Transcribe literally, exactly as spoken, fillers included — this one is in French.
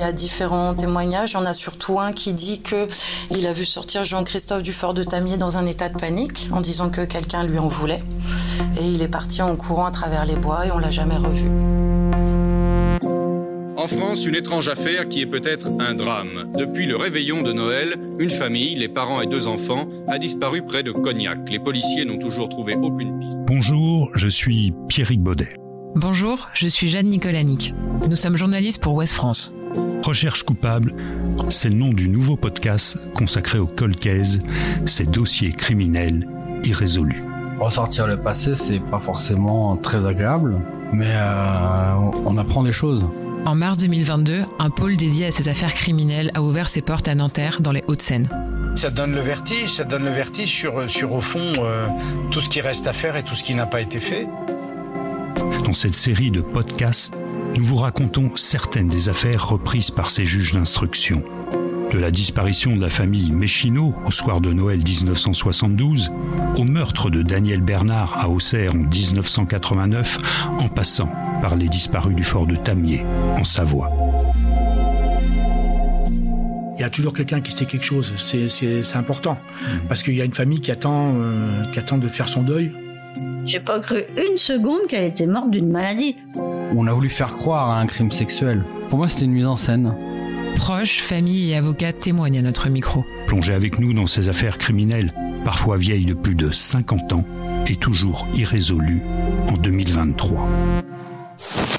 y a différents témoignages. Il y en a surtout un qui dit qu'il a vu sortir Jean-Christophe du fort de Tamier dans un état de panique, en disant que quelqu'un lui en voulait. Et il est parti en courant à travers les bois et on l'a jamais revu. En France, une étrange affaire qui est peut-être un drame. Depuis le réveillon de Noël, une famille, les parents et deux enfants, a disparu près de Cognac. Les policiers n'ont toujours trouvé aucune piste. Bonjour, je suis Pierrick Baudet. Bonjour, je suis Jeanne Nicolanic. Nous sommes journalistes pour Ouest France. Recherche coupable, c'est le nom du nouveau podcast consacré aux cold cases, ces dossiers criminels irrésolus. Ressortir le passé, c'est pas forcément très agréable, mais euh, on apprend des choses. En mars deux mille vingt-deux, un pôle dédié à ces affaires criminelles a ouvert ses portes à Nanterre, dans les Hauts-de-Seine. Ça donne le vertige, ça donne le vertige sur, sur au fond, euh, tout ce qui reste à faire et tout ce qui n'a pas été fait. Dans cette série de podcasts, nous vous racontons certaines des affaires reprises par ces juges d'instruction. De la disparition de la famille Méchineau au soir de Noël dix-neuf cent soixante-douze, au meurtre de Daniel Bernard à Auxerre en dix-neuf cent quatre-vingt-neuf, en passant par les disparus du fort de Tamier, en Savoie. Il y a toujours quelqu'un qui sait quelque chose, c'est, c'est, c'est important, mmh. parce qu'il y a une famille qui attend, euh, qui attend de faire son deuil. J'ai pas cru une seconde qu'elle était morte d'une maladie. On a voulu faire croire à un crime sexuel. Pour moi, c'était une mise en scène. Proches, familles et avocats témoignent à notre micro. Plongez avec nous dans ces affaires criminelles, parfois vieilles de plus de cinquante ans et toujours irrésolues en deux mille vingt-trois.